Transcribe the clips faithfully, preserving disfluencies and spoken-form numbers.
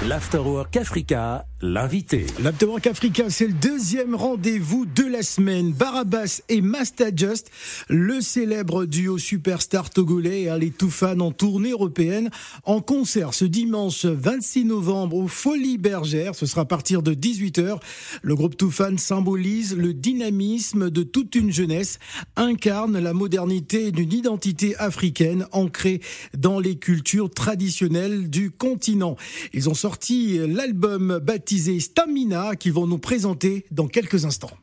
L'Afterwork Africa, l'invité. L'Afterwork Africa, c'est le deuxième rendez-vous de la semaine. Barabas et Master Just, le célèbre duo superstar togolais et les Toufan en tournée européenne, en concert ce dimanche vingt-six novembre au Folies Bergère. Ce sera à partir de dix-huit heures. Le groupe Toufan symbolise le dynamisme de toute une jeunesse, incarne la modernité d'une identité africaine ancrée dans les cultures traditionnelles du continent. Ils ont sorti l'album baptisé Stamina qu'ils vont nous présenter dans quelques instants.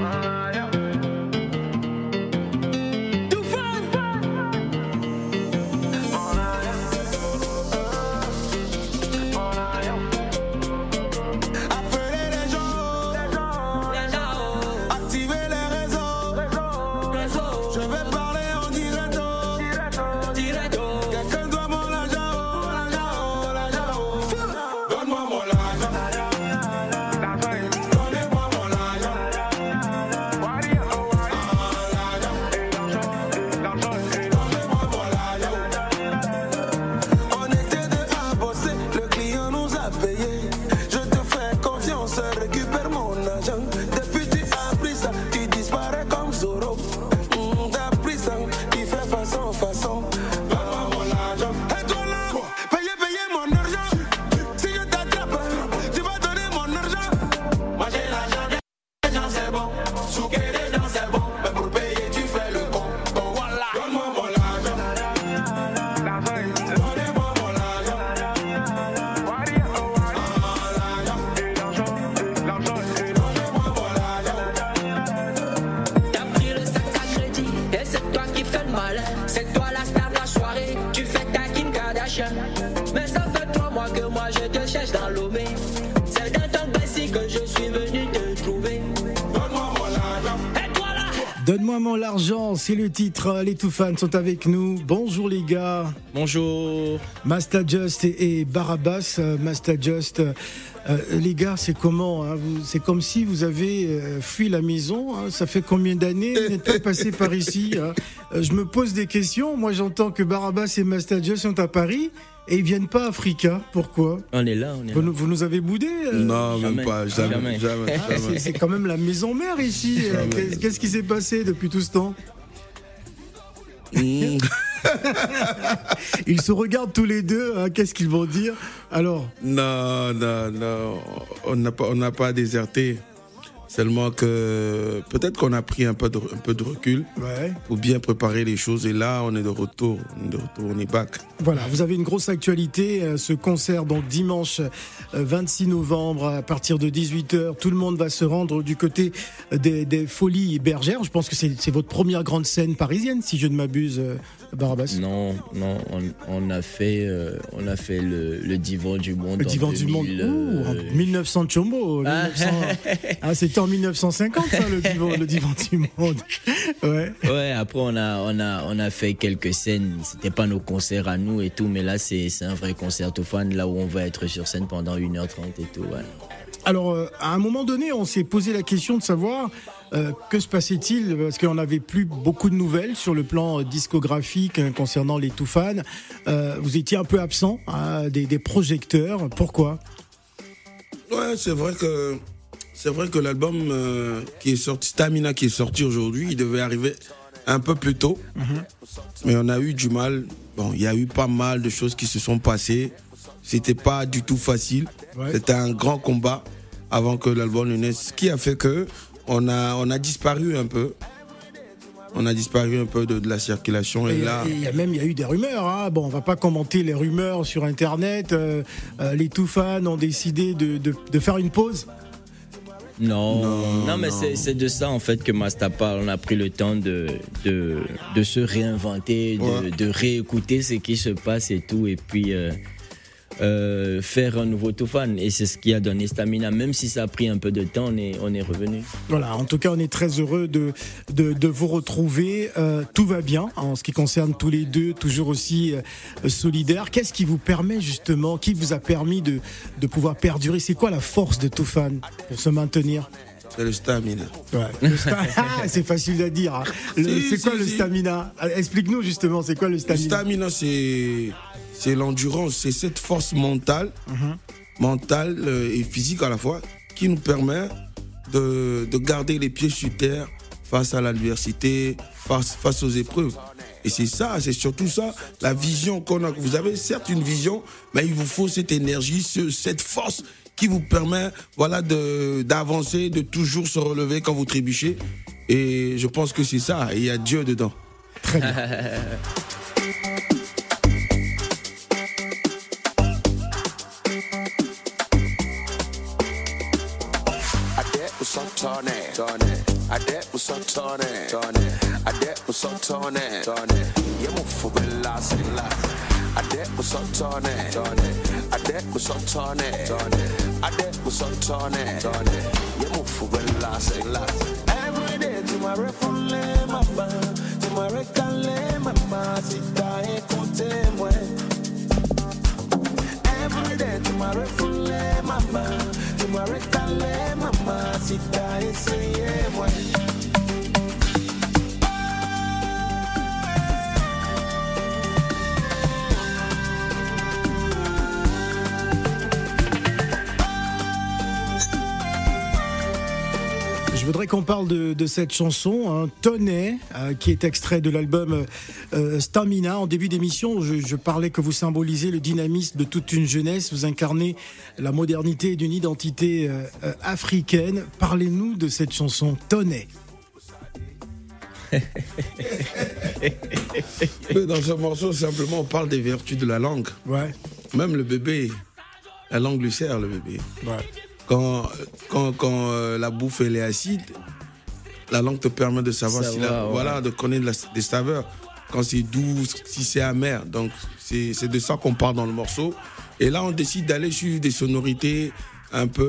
C'est toi la star de la soirée, tu fais ta Kim Kardashian. Mais ça fait trois mois que moi je te cherche dans Lomé. C'est dans ton Bessie que je suis venu te trouver. Donne-moi mon argent. Et toi là. Donne-moi mon argent, c'est le titre. Les Toufan sont avec nous. Bonjour les gars. Bonjour. Master Just et, et Barabas. Master Just. Euh, les gars, c'est comment hein vous, c'est comme si vous avez euh, fui la maison. Hein, ça fait combien d'années vous n'êtes pas passé par ici hein euh, Je me pose des questions. Moi, j'entends que Barabas et Master Just sont à Paris et ils viennent pas à Africa. Pourquoi ? On est là, on est vous, là. Nous, vous nous avez boudé euh Non, jamais, même pas. Jamais, jamais. jamais, jamais. ah, c'est, c'est quand même la maison mère ici. Qu'est-ce, qu'est-ce qui s'est passé depuis tout ce temps ? Mmh. Ils se regardent tous les deux. Hein, qu'est-ce qu'ils vont dire ? Alors ? Non, non, non. On n'a pas, on n'a pas déserté. Seulement que peut-être qu'on a pris un peu de, un peu de recul ouais. pour bien préparer les choses. Et là, on est de retour. On est de retour, on est back. Voilà, vous avez une grosse actualité. Ce concert, donc dimanche vingt-six novembre, à partir de dix-huit heures, tout le monde va se rendre du côté des, des Folies Bergères. Je pense que c'est, c'est votre première grande scène parisienne, si je ne m'abuse, Barabas. Non, non, on, on a fait, euh, on a fait le, le divan du monde. Le divan du monde. Euh... Ouh, en mille neuf cents Chombo. Ah. mille neuf cents... ah, c'était en mille neuf cent cinquante, ça, le divan, le divan du monde. Ouais. Ouais. Après, on a, on a, on a fait quelques scènes. C'était pas nos concerts à nous et tout, mais là, c'est, c'est un vrai concert aux fans, là où on va être sur scène pendant une heure trente et tout. Ouais. Alors, euh, à un moment donné, on s'est posé la question de savoir euh, que se passait-il, parce qu'on n'avait plus beaucoup de nouvelles sur le plan euh, discographique hein, concernant les Toufan. Euh, vous étiez un peu absent hein, des, des projecteurs. Pourquoi ? Ouais, c'est vrai que c'est vrai que l'album euh, qui est sorti, Stamina, qui est sorti aujourd'hui, il devait arriver un peu plus tôt, mm-hmm. mais on a eu du mal. Bon, il y a eu pas mal de choses qui se sont passées. C'était pas du tout facile. Ouais. C'était un grand combat avant que l'album ne naisse, ce qui a fait que on a on a disparu un peu. On a disparu un peu de, de la circulation. Et, et là, il y a même il y a eu des rumeurs. Hein. Bon, on va pas commenter les rumeurs sur Internet. Euh, euh, les Toufan ont décidé de, de, de faire une pause. Non, non, non mais non. C'est, c'est de ça en fait que Master parle. On a pris le temps de, de, de se réinventer, de, ouais. de réécouter ce qui se passe et tout, et puis euh, euh, faire un nouveau Toufan. Et c'est ce qui a donné Stamina. Même si ça a pris un peu de temps, on est, on est revenu. Voilà, en tout cas, on est très heureux de, de, de vous retrouver. Euh, tout va bien en ce qui concerne tous les deux, toujours aussi euh, solidaires. Qu'est-ce qui vous permet justement, qui vous a permis de, de pouvoir perdurer ? C'est quoi la force de Toufan pour se maintenir ? C'est le stamina. Ouais, le sta- ah, c'est facile à dire. Hein. Le, si, c'est si, quoi si. le stamina ? Explique-nous justement, c'est quoi le stamina ? Le stamina, c'est, c'est l'endurance, c'est cette force mentale mm-hmm. mental et physique à la fois, qui nous permet de, de garder les pieds sur terre face à l'adversité, face, face aux épreuves. Et c'est ça, c'est surtout ça, la vision qu'on a. Vous avez certes une vision, mais il vous faut cette énergie, ce, cette force qui vous permet, voilà, de, d'avancer, de toujours se relever quand vous trébuchez. Et je pense que c'est ça, et il y a Dieu dedans. Très bien. Turn it, turn it. I did was so turn it, turn it. I did was so turn it, turn it. You move for the last life. I did was so turn it, turn it. I did was so turn it, turn it. I did was so turn it, turn it. You move for the last life. Every day to my refule mama, to my recale mama, sita écoutez-moi. Every day to my refule mama, to my recale mama, sita essayez-moi. Je voudrais qu'on parle de, de cette chanson, hein, Tonnet, euh, qui est extrait de l'album euh, Stamina. En début d'émission, je, je parlais que vous symbolisez le dynamisme de toute une jeunesse, vous incarnez la modernité d'une identité euh, euh, africaine. Parlez-nous de cette chanson, Tonnet. Dans ce morceau, simplement, on parle des vertus de la langue. Ouais. Même le bébé, la langue lui sert, le bébé. Ouais. Quand, quand, quand euh, la bouffe elle est acide, la langue te permet de savoir Ça si va, la, ouais. voilà, de connaître la, des saveurs. Quand c'est doux, si c'est amer. Donc c'est, c'est de ça qu'on parle dans le morceau. Et là on décide d'aller sur des sonorités un peu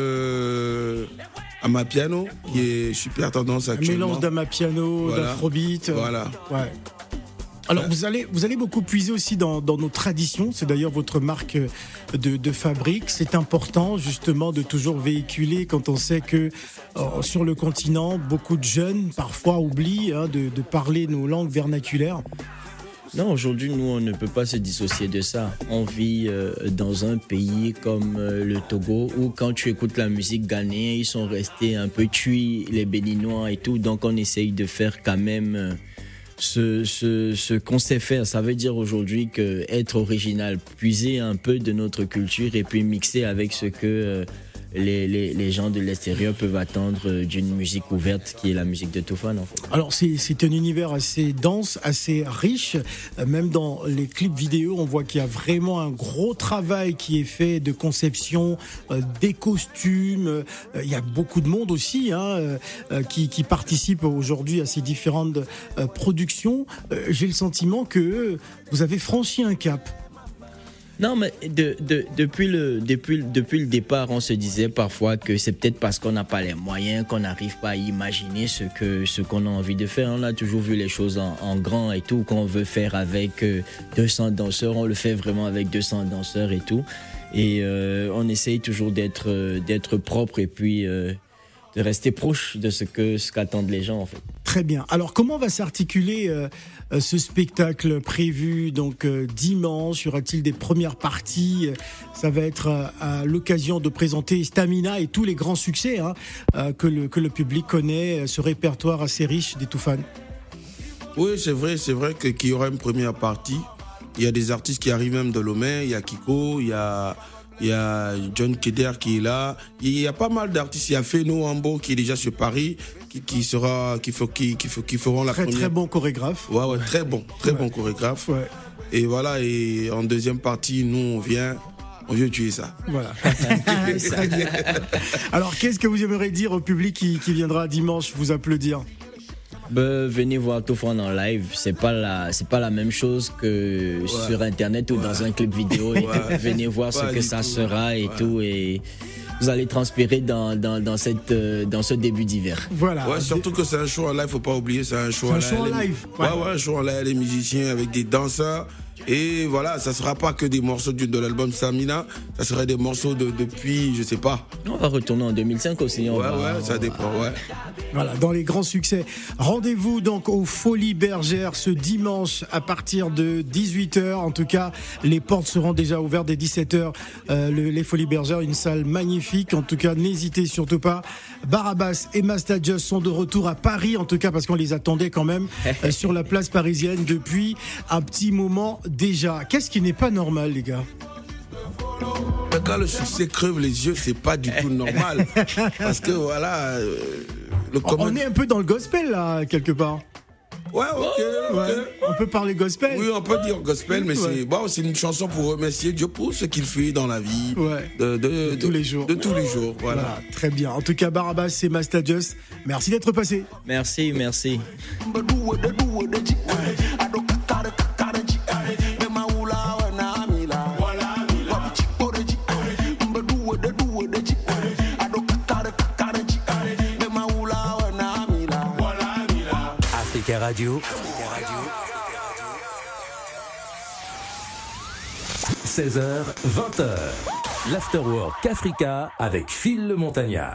euh, amapiano, qui est super tendance Un actuellement. mélange d'amapiano, Voilà. d'afrobeat. Voilà. Ouais. Alors vous allez, vous allez beaucoup puiser aussi dans, dans nos traditions, c'est d'ailleurs votre marque de, de fabrique. C'est important justement de toujours véhiculer quand on sait que euh, sur le continent, beaucoup de jeunes parfois oublient hein, de, de parler nos langues vernaculaires. Non, aujourd'hui, nous, on ne peut pas se dissocier de ça. On vit euh, dans un pays comme euh, le Togo où quand tu écoutes la musique ghanéenne, ils sont restés un peu tués, les Béninois et tout. Donc, on essaye de faire quand même... Euh, Ce, ce, ce qu'on sait faire. Ça veut dire aujourd'hui que être original, puiser un peu de notre culture et puis mixer avec ce que euh, les, les, les gens de l'extérieur peuvent attendre d'une musique ouverte qui est la musique de Toufan en fait. Alors c'est, c'est un univers assez dense, assez riche. Euh, même dans les clips vidéo, on voit qu'il y a vraiment un gros travail qui est fait de conception euh, des costumes. Euh, il y a beaucoup de monde aussi hein, euh, qui, qui participe aujourd'hui à ces différentes euh, productions. Euh, j'ai le sentiment que vous avez franchi un cap. Non, mais de, de, depuis, le, depuis, depuis le départ, on se disait parfois que c'est peut-être parce qu'on n'a pas les moyens, qu'on n'arrive pas à imaginer ce, que, ce qu'on a envie de faire. On a toujours vu les choses en, en grand et tout, qu'on veut faire avec deux cents danseurs, on le fait vraiment avec deux cents danseurs et tout. Et euh, on essaye toujours d'être, d'être propre et puis euh, de rester proche de ce, que, ce qu'attendent les gens en fait. Très bien. Alors, comment va s'articuler euh, ce spectacle prévu donc euh, dimanche? Y aura-t-il des premières parties? Ça va être euh, à l'occasion de présenter Stamina et tous les grands succès hein, euh, que, le, que le public connaît, ce répertoire assez riche des Toufan. Oui, c'est vrai, c'est vrai que, qu'il y aura une première partie. Il y a des artistes qui arrivent même de Lomé, il y a Kiko, il y a... Il y a John Keder qui est là. Il y a pas mal d'artistes. Il y a Feno Ambo qui est déjà sur Paris, qui, qui sera, qui, qui, qui, qui feront la très, première. Très bon chorégraphe. Ouais, ouais, très bon, très ouais. bon chorégraphe. Ouais. Et voilà. Et en deuxième partie, nous on vient, on vient tuer ça. Voilà. Très bien. Alors, qu'est-ce que vous aimeriez dire au public qui, qui viendra dimanche vous applaudir? Ben, venez voir Toufan en live, c'est pas la, c'est pas la même chose que ouais. sur internet ou ouais. dans un clip vidéo. Et ouais. Venez voir ce que ça tout. sera et ouais. tout et vous allez transpirer dans, dans, dans, cette, dans ce début d'hiver. Voilà. Ouais, surtout que c'est un show en live, faut pas oublier, c'est un show, c'est un show en live. Ouais, ouais, un show en live, les musiciens avec des danseurs. Et voilà, ça sera pas que des morceaux de, de l'album Samina, ça serait des morceaux de, depuis, je sais pas. On va retourner en deux mille cinq aussi. On ouais, va, ouais, ça dépend, ouais. Voilà, dans les grands succès. Rendez-vous donc aux Folies Bergères ce dimanche à partir de dix-huit heures. En tout cas, les portes seront déjà ouvertes dès dix-sept heures. Euh, le, les Folies Bergères, une salle magnifique. En tout cas, n'hésitez surtout pas. Barabas et Master Just sont de retour à Paris, en tout cas parce qu'on les attendait quand même euh, sur la place parisienne depuis un petit moment déjà. Qu'est-ce qui n'est pas normal, les gars ? Quand le succès crève les yeux, c'est pas du tout normal. Parce que voilà. Euh, le On comment... est un peu dans le gospel là, quelque part. Ouais, ok, ok. Ouais, on peut parler gospel. Oui, on peut dire gospel, mais Ouais. c'est bon, c'est une chanson pour remercier Dieu pour ce qu'il fait dans la vie. Ouais. De, de, De tous les jours. De tous les jours, voilà. Voilà, très bien. En tout cas, Barabas et Master Just, merci d'être passé. Merci, merci. Africa Radio. seize heures, vingt heures. L'Afterwork Africa avec Phil le Montagnard.